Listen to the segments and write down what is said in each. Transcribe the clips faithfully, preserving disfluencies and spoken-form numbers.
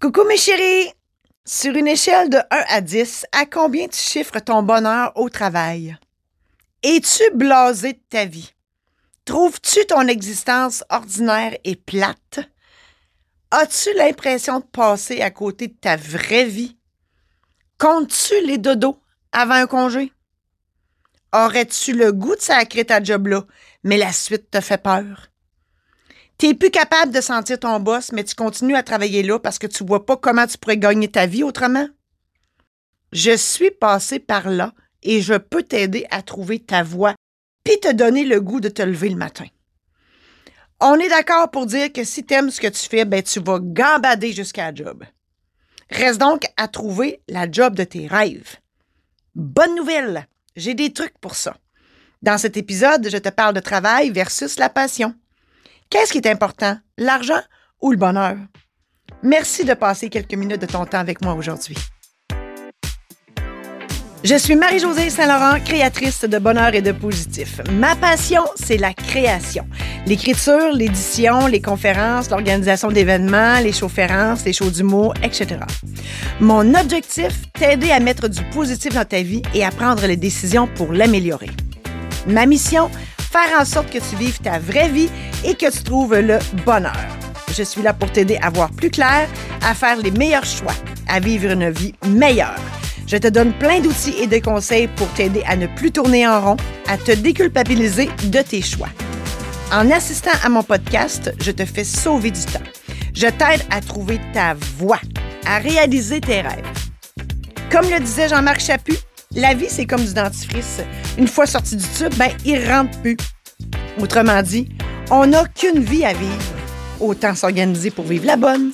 Coucou mes chéris! Sur une échelle de un à dix, à combien tu chiffres ton bonheur au travail? Es-tu blasé de ta vie? Trouves-tu ton existence ordinaire et plate? As-tu l'impression de passer à côté de ta vraie vie? Comptes-tu les dodos avant un congé? Aurais-tu le goût de sacrer ta job-là, mais la suite te fait peur? T'es plus capable de sentir ton boss, mais tu continues à travailler là parce que tu vois pas comment tu pourrais gagner ta vie autrement? Je suis passée par là et je peux t'aider à trouver ta voie puis te donner le goût de te lever le matin. On est d'accord pour dire que si t'aimes ce que tu fais, ben tu vas gambader jusqu'à la job. Reste donc à trouver la job de tes rêves. Bonne nouvelle, j'ai des trucs pour ça. Dans cet épisode, je te parle de travail versus la passion. Qu'est-ce qui est important, l'argent ou le bonheur? Merci de passer quelques minutes de ton temps avec moi aujourd'hui. Je suis Marie-Josée Saint-Laurent, créatrice de bonheur et de positif. Ma passion, c'est la création. L'écriture, l'édition, les conférences, l'organisation d'événements, les showférences, les shows d'humour, et cetera. Mon objectif, t'aider à mettre du positif dans ta vie et à prendre les décisions pour l'améliorer. Ma mission, faire en sorte que tu vives ta vraie vie et que tu trouves le bonheur. Je suis là pour t'aider à voir plus clair, à faire les meilleurs choix, à vivre une vie meilleure. Je te donne plein d'outils et de conseils pour t'aider à ne plus tourner en rond, à te déculpabiliser de tes choix. En assistant à mon podcast, je te fais sauver du temps. Je t'aide à trouver ta voie, à réaliser tes rêves. Comme le disait Jean-Marc Chaput, la vie, c'est comme du dentifrice. Une fois sorti du tube, ben, il rentre plus. Autrement dit, on n'a qu'une vie à vivre. Autant s'organiser pour vivre la bonne.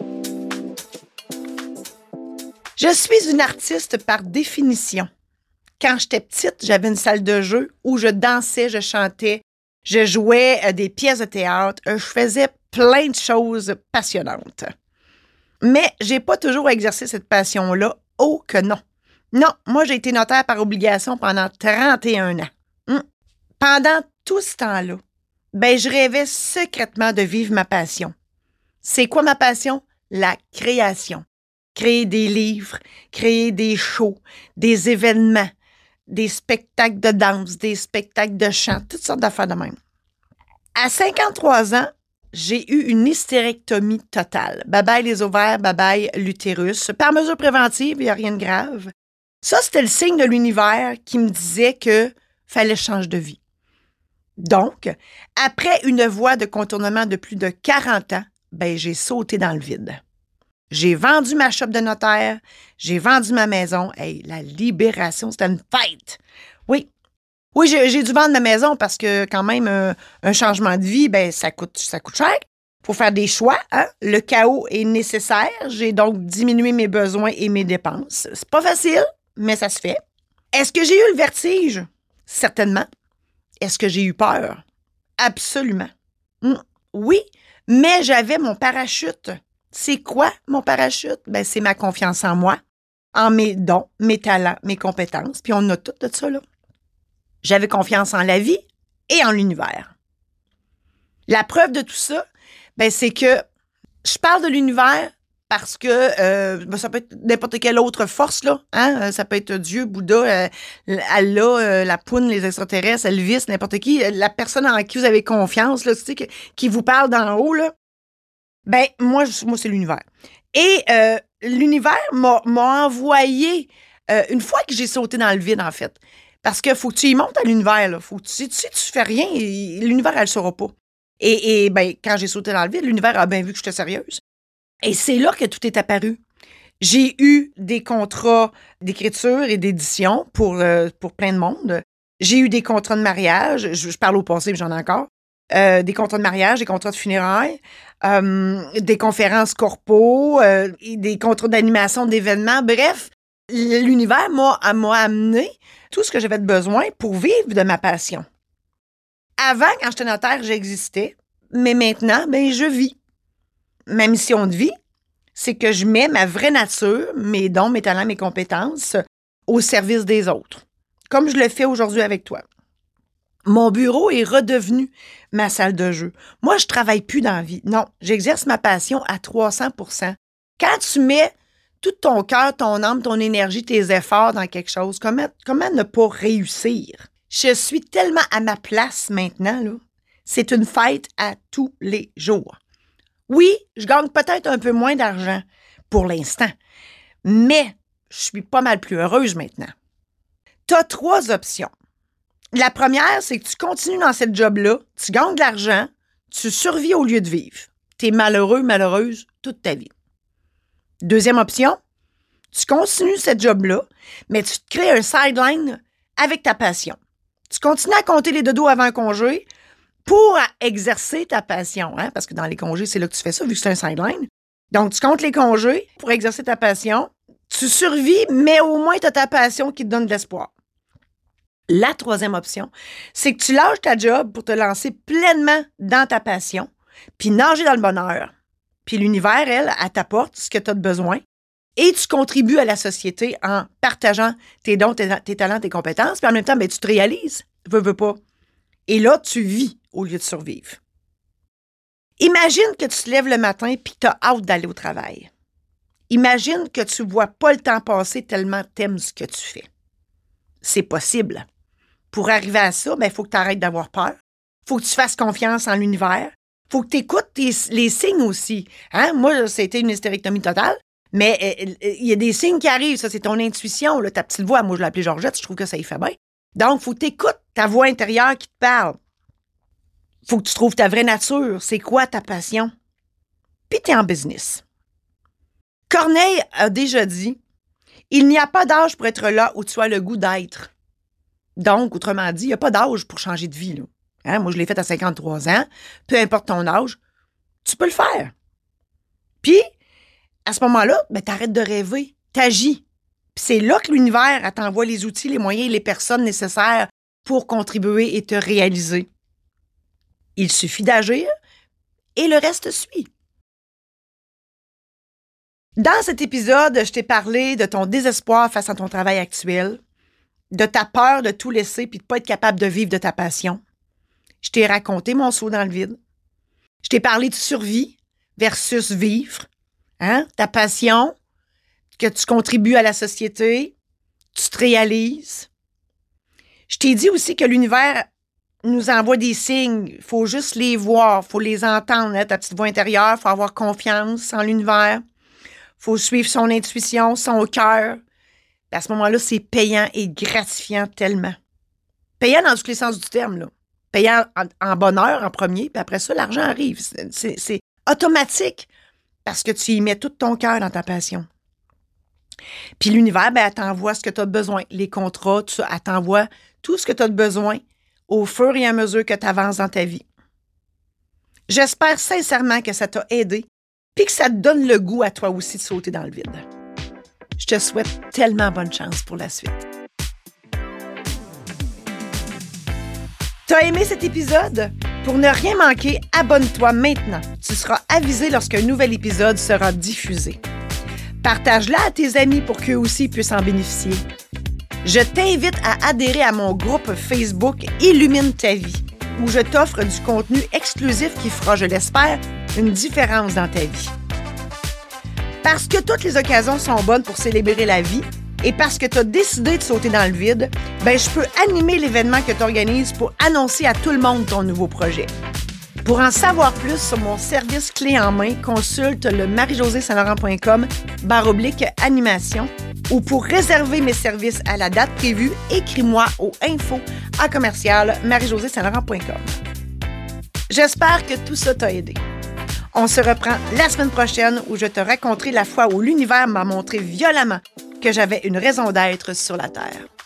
Je suis une artiste par définition. Quand j'étais petite, j'avais une salle de jeu où je dansais, je chantais, je jouais euh, des pièces de théâtre, euh, je faisais plein de choses passionnantes. Mais j'ai pas toujours exercé cette passion-là. Oh que non! Non, moi, j'ai été notaire par obligation pendant trente et un ans. Hum. Pendant tout ce temps-là, ben, je rêvais secrètement de vivre ma passion. C'est quoi ma passion? La création. Créer des livres, créer des shows, des événements, des spectacles de danse, des spectacles de chant, toutes sortes d'affaires de même. À cinquante-trois ans, j'ai eu une hystérectomie totale. Bye-bye les ovaires, bye-bye l'utérus. Par mesure préventive, il n'y a rien de grave. Ça, c'était le signe de l'univers qui me disait que fallait changer de vie. Donc, après une voie de contournement de plus de quarante ans, ben, j'ai sauté dans le vide. J'ai vendu ma shop de notaire, j'ai vendu ma maison. Hey, la libération, c'était une fête! Oui, oui, j'ai, j'ai dû vendre ma maison parce que quand même, un, un changement de vie, ben, ça coûte, ça coûte cher. Il faut faire des choix, hein? Le chaos est nécessaire. J'ai donc diminué mes besoins et mes dépenses. C'est pas facile, mais ça se fait. Est-ce que j'ai eu le vertige? Certainement. Est-ce que j'ai eu peur? Absolument. Mmh. Oui, mais j'avais mon parachute. C'est quoi mon parachute? Ben, c'est ma confiance en moi, en mes dons, mes talents, mes compétences. Puis on a tout de ça, là. J'avais confiance en la vie et en l'univers. La preuve de tout ça, ben, c'est que je parle de l'univers parce que euh, ben, ça peut être n'importe quelle autre force, là. Hein? Ça peut être Dieu, Bouddha, euh, Allah, euh, la poune, les extraterrestres, Elvis, n'importe qui. La personne en qui vous avez confiance, là, tu sais, qui, qui vous parle d'en haut, là. Ben, moi, moi c'est l'univers. Et euh, l'univers m'a, m'a envoyé, euh, une fois que j'ai sauté dans le vide, en fait. Parce que faut que tu y montes à l'univers, là. Faut que tu, si tu, tu fais rien, l'univers, elle le saura pas. Et, et ben, quand j'ai sauté dans le vide, l'univers a bien vu que j'étais sérieuse. Et c'est là que tout est apparu. J'ai eu des contrats d'écriture et d'édition pour, euh, pour plein de monde. J'ai eu des contrats de mariage. Je, je parle au passé, mais j'en ai encore. Euh, des contrats de mariage, des contrats de funérailles, euh, des conférences corpo, euh, et des contrats d'animation d'événements. Bref, l'univers m'a, m'a amené tout ce que j'avais de besoin pour vivre de ma passion. Avant, quand j'étais notaire, j'existais, mais maintenant, ben, je vis. Ma mission de vie, c'est que je mets ma vraie nature, mes dons, mes talents, mes compétences au service des autres, comme je le fais aujourd'hui avec toi. Mon bureau est redevenu ma salle de jeu. Moi, je travaille plus dans la vie. Non, j'exerce ma passion à trois cents pour cent Quand tu mets tout ton cœur, ton âme, ton énergie, tes efforts dans quelque chose, comment, comment ne pas réussir? Je suis tellement à ma place maintenant, là. C'est une fête à tous les jours. Oui, je gagne peut-être un peu moins d'argent pour l'instant, mais je suis pas mal plus heureuse maintenant. Tu as trois options. La première, c'est que tu continues dans cette job-là, tu gagnes de l'argent, tu survis au lieu de vivre. Tu es malheureux, malheureuse toute ta vie. Deuxième option, tu continues cette job-là, mais tu te crées un sideline avec ta passion. Tu continues à compter les dodos avant un congé pour exercer ta passion, hein? Parce que dans les congés, c'est là que tu fais ça, vu que c'est un sideline. Donc, tu comptes les congés pour exercer ta passion. Tu survis, mais au moins, tu as ta passion qui te donne de l'espoir. La troisième option, c'est que tu lâches ta job pour te lancer pleinement dans ta passion, puis nager dans le bonheur. Puis l'univers, elle, elle t'apporte ce que tu as de besoin et tu contribues à la société en partageant tes dons, tes, tes talents, tes compétences, puis en même temps, ben, tu te réalises, veux, veux pas. Et là, tu vis au lieu de survivre. Imagine que tu te lèves le matin et que tu as hâte d'aller au travail. Imagine que tu ne vois pas le temps passer tellement tu aimes ce que tu fais. C'est possible. Pour arriver à ça, il faut que tu arrêtes d'avoir peur. Il faut que tu fasses confiance en l'univers. Il faut que tu écoutes tes, les signes aussi. Hein? Moi, c'était une hystérectomie totale, mais il euh, y a des signes qui arrivent. Ça, c'est ton intuition, là, ta petite voix. Moi, je l'ai appelée Georgette. Je trouve que ça y fait bien. Donc, il faut que tu écoutes ta voix intérieure qui te parle. Il faut que tu trouves ta vraie nature. C'est quoi ta passion? Puis tu es en business. Corneille a déjà dit « Il n'y a pas d'âge pour être là où tu as le goût d'être. » Donc, autrement dit, il n'y a pas d'âge pour changer de vie. Là. Hein? Moi, je l'ai fait à cinquante-trois ans. Peu importe ton âge, tu peux le faire. Puis, à ce moment-là, ben, tu arrêtes de rêver. Tu agis. Puis c'est là que l'univers elle t'envoie les outils, les moyens et les personnes nécessaires pour contribuer et te réaliser. Il suffit d'agir et le reste suit. Dans cet épisode, je t'ai parlé de ton désespoir face à ton travail actuel, de ta peur de tout laisser puis de ne pas être capable de vivre de ta passion. Je t'ai raconté mon saut dans le vide. Je t'ai parlé de survie versus vivre. Hein? Ta passion, que tu contribues à la société, tu te réalises. Je t'ai dit aussi que l'univers nous envoie des signes. Il faut juste les voir, il faut les entendre. Hein? Ta petite voix intérieure, il faut avoir confiance en l'univers. Il faut suivre son intuition, son cœur. À ce moment-là, c'est payant et gratifiant tellement. Payant dans tous les sens du terme, là. Payant en, en bonheur en premier, puis après ça, l'argent arrive. C'est, c'est, c'est automatique parce que tu y mets tout ton cœur dans ta passion. Puis l'univers, ben, elle t'envoie ce que tu as besoin. Les contrats, tout ça, elle t'envoie tout ce que tu as besoin au fur et à mesure que tu avances dans ta vie. J'espère sincèrement que ça t'a aidé puis que ça te donne le goût à toi aussi de sauter dans le vide. Je te souhaite tellement bonne chance pour la suite. T'as aimé cet épisode? Pour ne rien manquer, abonne-toi maintenant. Tu seras avisé lorsqu'un nouvel épisode sera diffusé. Partage-la à tes amis pour qu'eux aussi puissent en bénéficier. Je t'invite à adhérer à mon groupe Facebook Illumine ta vie, où je t'offre du contenu exclusif qui fera, je l'espère, une différence dans ta vie. Parce que toutes les occasions sont bonnes pour célébrer la vie et parce que tu as décidé de sauter dans le vide, ben je peux animer l'événement que tu organises pour annoncer à tout le monde ton nouveau projet. Pour en savoir plus sur mon service clé en main, consulte le marie josée saint laurent point com barre oblique animation ou pour réserver mes services à la date prévue, écris-moi au info à commercial marie josée saint laurent point com. J'espère que tout ça t'a aidé. On se reprend la semaine prochaine où je te raconterai la fois où l'univers m'a montré violemment que j'avais une raison d'être sur la Terre.